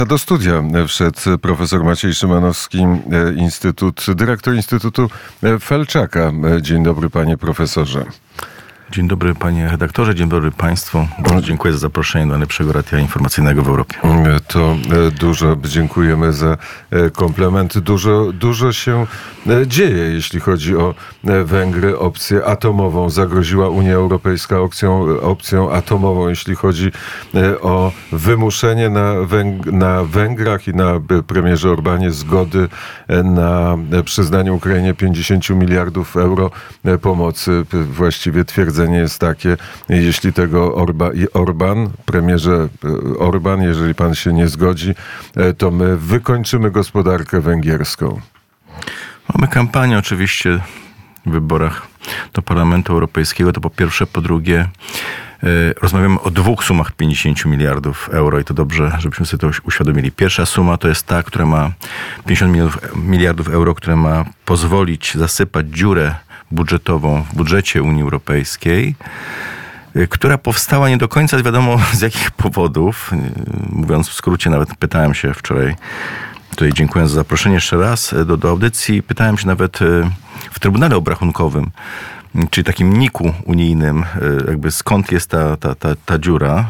Do studia wszedł profesor Maciej Szymanowski, dyrektor Instytutu Felczaka. Dzień dobry, panie profesorze. Dzień dobry, panie redaktorze, dzień dobry państwu. Bardzo dziękuję za zaproszenie do najlepszego radia informacyjnego w Europie. To dużo dziękujemy za komplement. Dużo się dzieje, jeśli chodzi o Węgry. Opcję atomową zagroziła Unia Europejska opcją atomową, jeśli chodzi o wymuszenie na Węgrach i na premierze Orbanie zgody na przyznanie Ukrainie 50 miliardów euro pomocy. Właściwie twierdzenie jest takie, jeśli tego premierze Orban, jeżeli pan się nie zgodzi, to my wykończymy gospodarkę węgierską. Mamy kampanię oczywiście w wyborach do Parlamentu Europejskiego, to po pierwsze. Po drugie, rozmawiamy o dwóch sumach 50 miliardów euro i to dobrze, żebyśmy sobie to uświadomili. Pierwsza suma to jest ta, która ma 50 miliardów euro, która ma pozwolić zasypać dziurę budżetową w budżecie Unii Europejskiej, która powstała nie do końca wiadomo z jakich powodów. Mówiąc w skrócie, nawet pytałem się wczoraj, tutaj dziękując za zaproszenie jeszcze raz do audycji, pytałem się nawet w Trybunale Obrachunkowym, czyli takim NIK-u unijnym, jakby skąd jest ta dziura.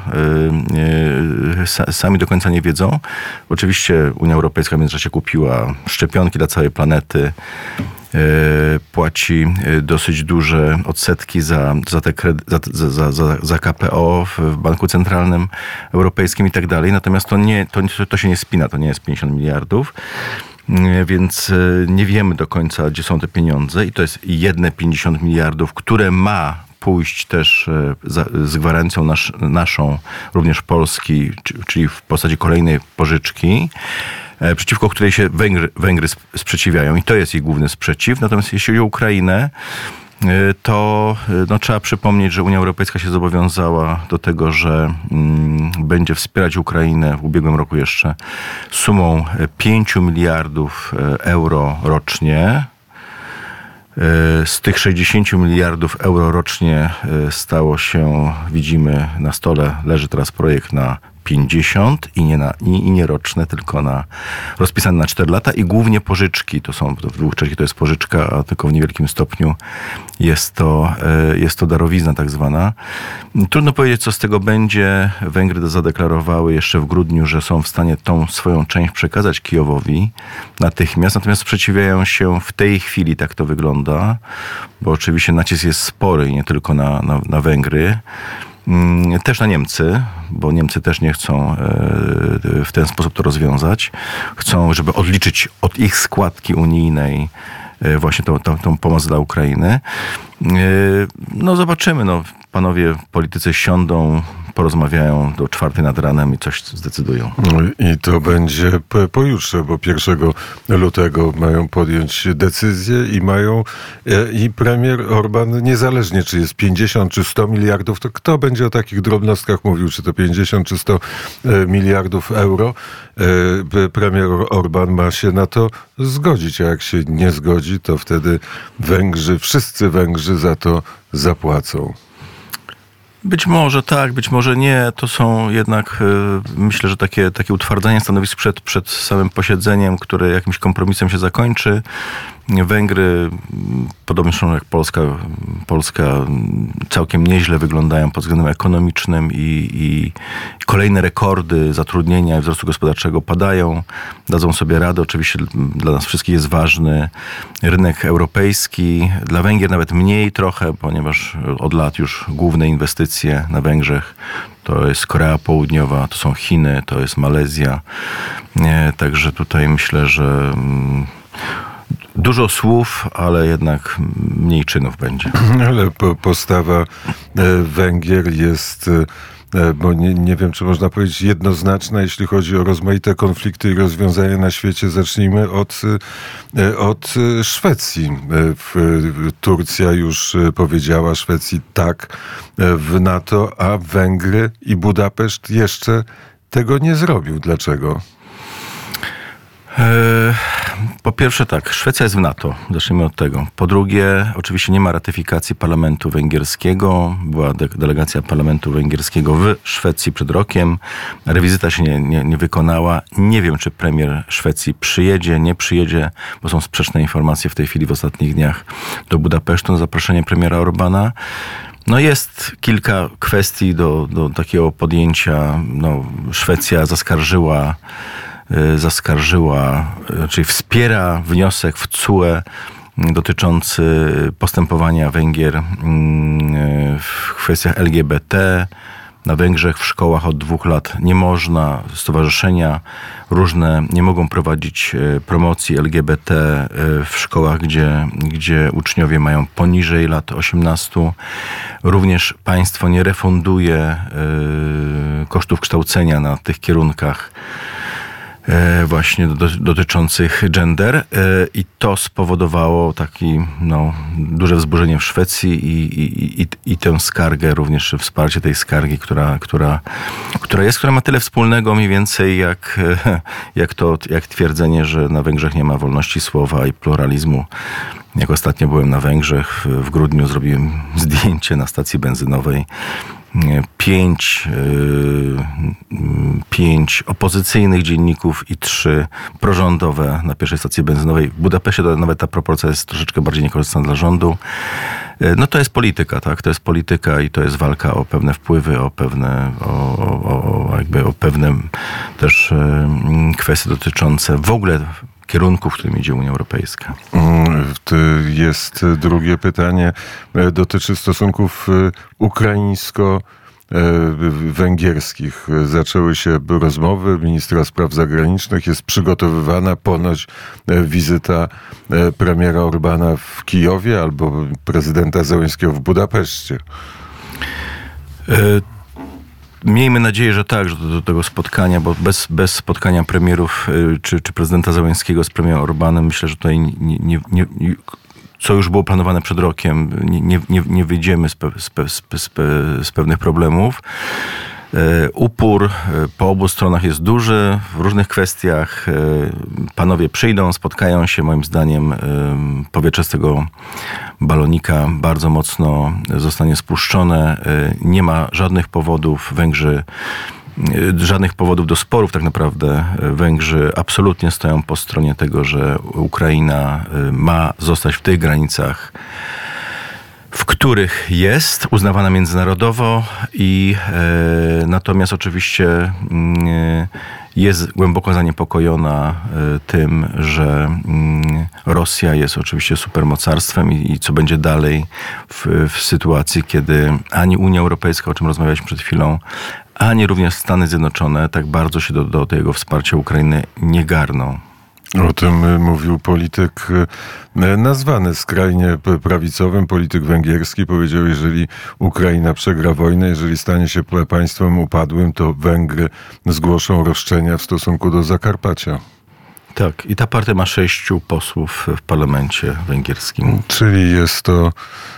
Sami do końca nie wiedzą. Oczywiście Unia Europejska w międzyczasie kupiła szczepionki dla całej planety, płaci dosyć duże odsetki za KPO w Banku Centralnym Europejskim i tak dalej. Natomiast to się nie spina, to nie jest 50 miliardów. Więc nie wiemy do końca, gdzie są te pieniądze i to jest jedne 50 miliardów, które ma pójść też z gwarancją naszą, również Polski, czyli w postaci kolejnej pożyczki, przeciwko której się Węgry sprzeciwiają i to jest ich główny sprzeciw. Natomiast jeśli chodzi o Ukrainę, to trzeba przypomnieć, że Unia Europejska się zobowiązała do tego, że będzie wspierać Ukrainę w ubiegłym roku jeszcze sumą 5 miliardów euro rocznie. Z tych 60 miliardów euro rocznie stało się, widzimy na stole, leży teraz projekt na 50 i nie roczne, tylko rozpisane na 4 lata i głównie pożyczki. To są w dwóch częściach, to jest pożyczka, a tylko w niewielkim stopniu jest to darowizna tak zwana. Trudno powiedzieć, co z tego będzie. Węgry zadeklarowały jeszcze w grudniu, że są w stanie tą swoją część przekazać Kijowowi natychmiast, natomiast sprzeciwiają się w tej chwili, tak to wygląda, bo oczywiście nacisk jest spory i nie tylko na Węgry. Też na Niemcy, bo Niemcy też nie chcą w ten sposób to rozwiązać. Chcą, żeby odliczyć od ich składki unijnej właśnie tą pomoc dla Ukrainy. Zobaczymy. Panowie politycy siądą, porozmawiają do 4 nad ranem i coś zdecydują. I to będzie pojutrze, bo 1 lutego mają podjąć decyzję i premier Orban, niezależnie czy jest 50 czy 100 miliardów, to kto będzie o takich drobnostkach mówił, czy to 50 czy 100 miliardów euro, premier Orban ma się na to zgodzić, a jak się nie zgodzi, to wtedy wszyscy Węgrzy za to zapłacą. Być może tak, być może nie. To są jednak, myślę, że takie utwardzanie stanowisk przed samym posiedzeniem, które jakimś kompromisem się zakończy. Węgry, podobnie zresztą jak Polska całkiem nieźle wyglądają pod względem ekonomicznym i kolejne rekordy zatrudnienia i wzrostu gospodarczego padają. Dadzą sobie radę. Oczywiście dla nas wszystkich jest ważny rynek europejski. Dla Węgier nawet mniej trochę, ponieważ od lat już główne inwestycje na Węgrzech to jest Korea Południowa, to są Chiny, to jest Malezja. Także tutaj myślę, że dużo słów, ale jednak mniej czynów będzie. Ale postawa Węgier jest, bo nie wiem, czy można powiedzieć jednoznaczna, jeśli chodzi o rozmaite konflikty i rozwiązania na świecie. Zacznijmy od Szwecji. Turcja już powiedziała Szwecji tak w NATO, a Węgry i Budapeszt jeszcze tego nie zrobił. Dlaczego? Po pierwsze tak, Szwecja jest w NATO, zacznijmy od tego. Po drugie, oczywiście nie ma ratyfikacji parlamentu węgierskiego. Była delegacja parlamentu węgierskiego w Szwecji przed rokiem. Rewizyta się nie wykonała. Nie wiem, czy premier Szwecji przyjedzie, nie przyjedzie, bo są sprzeczne informacje w tej chwili w ostatnich dniach do Budapesztu na zaproszenie premiera Orbana. No jest kilka kwestii do takiego podjęcia. No, Szwecja czyli wspiera wniosek w TSUE dotyczący postępowania Węgier w kwestiach LGBT. Na Węgrzech w szkołach od 2 lat nie można, stowarzyszenia różne nie mogą prowadzić promocji LGBT w szkołach, gdzie uczniowie mają poniżej lat 18. Również państwo nie refunduje kosztów kształcenia na tych kierunkach właśnie dotyczących gender i to spowodowało takie duże wzburzenie w Szwecji i tę skargę, również wsparcie tej skargi, która ma tyle wspólnego mniej więcej jak twierdzenie, że na Węgrzech nie ma wolności słowa i pluralizmu. Jak ostatnio byłem na Węgrzech, w grudniu zrobiłem zdjęcie na stacji benzynowej. 5 opozycyjnych dzienników i 3 prorządowe na pierwszej stacji benzynowej. W Budapeszcie nawet ta proporcja jest troszeczkę bardziej niekorzystna dla rządu. No to jest polityka, tak? To jest polityka i to jest walka o pewne wpływy, o pewne też kwestie dotyczące w ogóle kierunku, w którym idzie Unia Europejska. Jest drugie pytanie. Dotyczy stosunków ukraińsko-węgierskich. Zaczęły się rozmowy ministra spraw zagranicznych. Jest przygotowywana ponoć wizyta premiera Orbana w Kijowie albo prezydenta Zełenskiego w Budapeszcie. Miejmy nadzieję, że tak, że do tego spotkania, bo bez spotkania premierów czy prezydenta Zełenskiego z premierem Orbanem, myślę, że tutaj co już było planowane przed rokiem, nie wyjdziemy z pewnych problemów. Upór po obu stronach jest duży w różnych kwestiach. Panowie przyjdą, spotkają się. Moim zdaniem powietrze z tego balonika bardzo mocno zostanie spuszczone. Nie ma żadnych powodów. Żadnych powodów do sporów tak naprawdę. Węgrzy absolutnie stoją po stronie tego, że Ukraina ma zostać w tych granicach, w których jest uznawana międzynarodowo i natomiast oczywiście jest głęboko zaniepokojona tym, że Rosja jest oczywiście supermocarstwem i co będzie dalej w sytuacji, kiedy ani Unia Europejska, o czym rozmawialiśmy przed chwilą, ani również Stany Zjednoczone tak bardzo się do tego wsparcia Ukrainy nie garną. O tym mówił polityk nazwany skrajnie prawicowym, polityk węgierski. Powiedział, jeżeli Ukraina przegra wojnę, jeżeli stanie się państwem upadłym, to Węgry zgłoszą roszczenia w stosunku do Zakarpacia. Tak, i ta partia ma 6 posłów w parlamencie węgierskim. Czyli jest to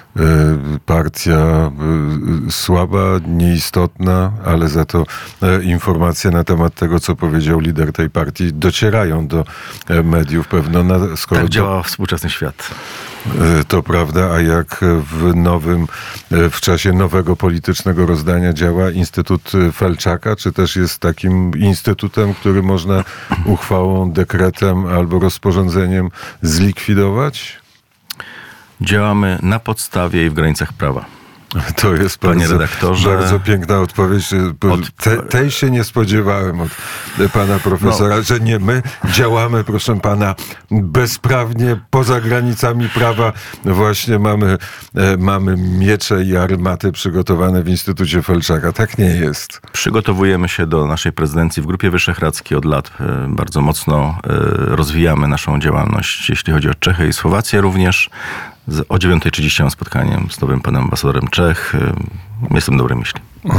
partia słaba, nieistotna, ale za to informacje na temat tego, co powiedział lider tej partii, docierają do mediów pewno. Tak działa współczesny świat. To prawda, a jak w czasie nowego politycznego rozdania działa Instytut Felczaka, czy też jest takim instytutem, który można uchwałą, dekretem albo rozporządzeniem zlikwidować? Działamy na podstawie i w granicach prawa. To jest, panie redaktorze, bardzo piękna odpowiedź. Tej się nie spodziewałem od pana profesora, że nie my działamy, proszę pana, bezprawnie poza granicami prawa. Właśnie mamy miecze i armaty przygotowane w Instytucie Felczaka. Tak nie jest. Przygotowujemy się do naszej prezydencji w Grupie Wyszehradzkiej od lat. Bardzo mocno rozwijamy naszą działalność, jeśli chodzi o Czechy i Słowację również. O 9:30 mam spotkanie z nowym panem ambasadorem Czech. Jestem dobrej myśli.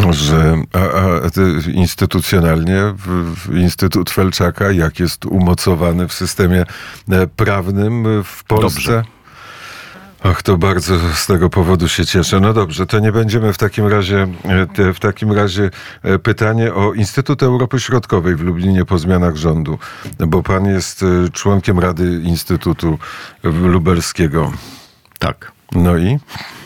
Instytucjonalnie Instytut Felczaka jak jest umocowany w systemie prawnym w Polsce? Dobrze. Ach, to bardzo z tego powodu się cieszę. No dobrze, to nie będziemy w takim razie pytanie o Instytut Europy Środkowej w Lublinie po zmianach rządu, bo pan jest członkiem Rady Instytutu Lubelskiego. Tak. No i?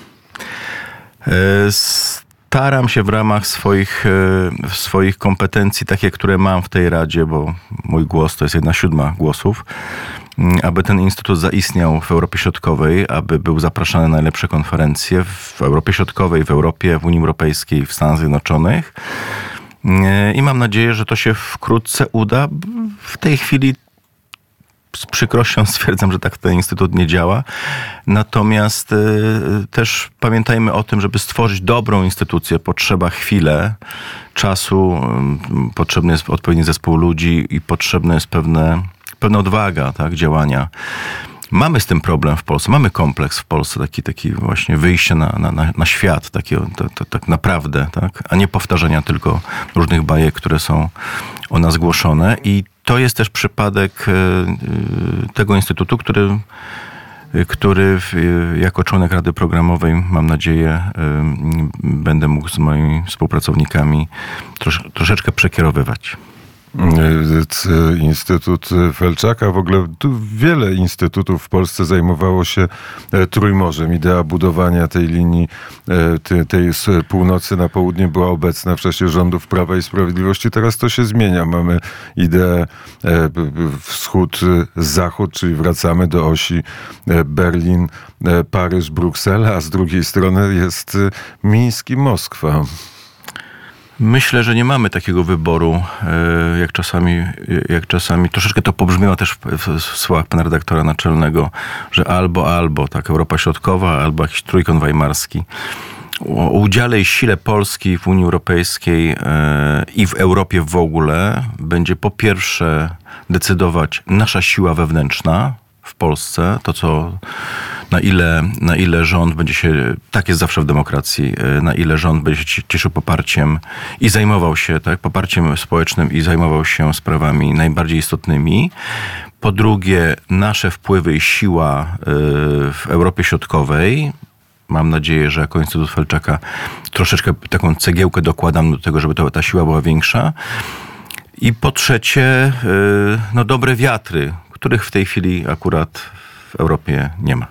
Staram się w ramach swoich kompetencji, takie, które mam w tej Radzie, bo mój głos to jest 1/7 głosów, aby ten instytut zaistniał w Europie Środkowej, aby był zapraszany na najlepsze konferencje w Europie Środkowej, w Europie, w Unii Europejskiej, w Stanach Zjednoczonych. I mam nadzieję, że to się wkrótce uda. W tej chwili z przykrością stwierdzam, że tak ten instytut nie działa. Natomiast też pamiętajmy o tym, żeby stworzyć dobrą instytucję, potrzeba chwilę, czasu, potrzebny jest odpowiedni zespół ludzi i potrzebna jest pewna odwaga, tak, działania. Mamy z tym problem w Polsce, mamy kompleks w Polsce, taki właśnie wyjście na świat, tak naprawdę, tak, a nie powtarzania tylko różnych bajek, które są o nas głoszone. I to jest też przypadek tego instytutu, który jako członek Rady Programowej, mam nadzieję, będę mógł z moimi współpracownikami troszeczkę przekierowywać. Instytut Felczaka, w ogóle wiele instytutów w Polsce zajmowało się Trójmorzem. Idea budowania tej linii, tej z północy na południe była obecna w czasie rządów Prawa i Sprawiedliwości. Teraz to się zmienia. Mamy ideę wschód-zachód, czyli wracamy do osi Berlin, Paryż, Bruksela, a z drugiej strony jest Mińsk i Moskwa. Myślę, że nie mamy takiego wyboru, jak czasami troszeczkę to pobrzmiało też w słowach pana redaktora naczelnego, że albo, tak, Europa Środkowa, albo jakiś trójkąt weimarski. O udziale i sile Polski w Unii Europejskiej i w Europie w ogóle będzie po pierwsze decydować nasza siła wewnętrzna w Polsce, na ile rząd będzie się, tak jest zawsze w demokracji, na ile rząd będzie się cieszył poparciem i zajmował się, tak, poparciem społecznym i zajmował się sprawami najbardziej istotnymi. Po drugie, nasze wpływy i siła w Europie Środkowej. Mam nadzieję, że jako Instytut Felczaka troszeczkę taką cegiełkę dokładam do tego, żeby ta siła była większa. I po trzecie, dobre wiatry, których w tej chwili akurat w Europie nie ma.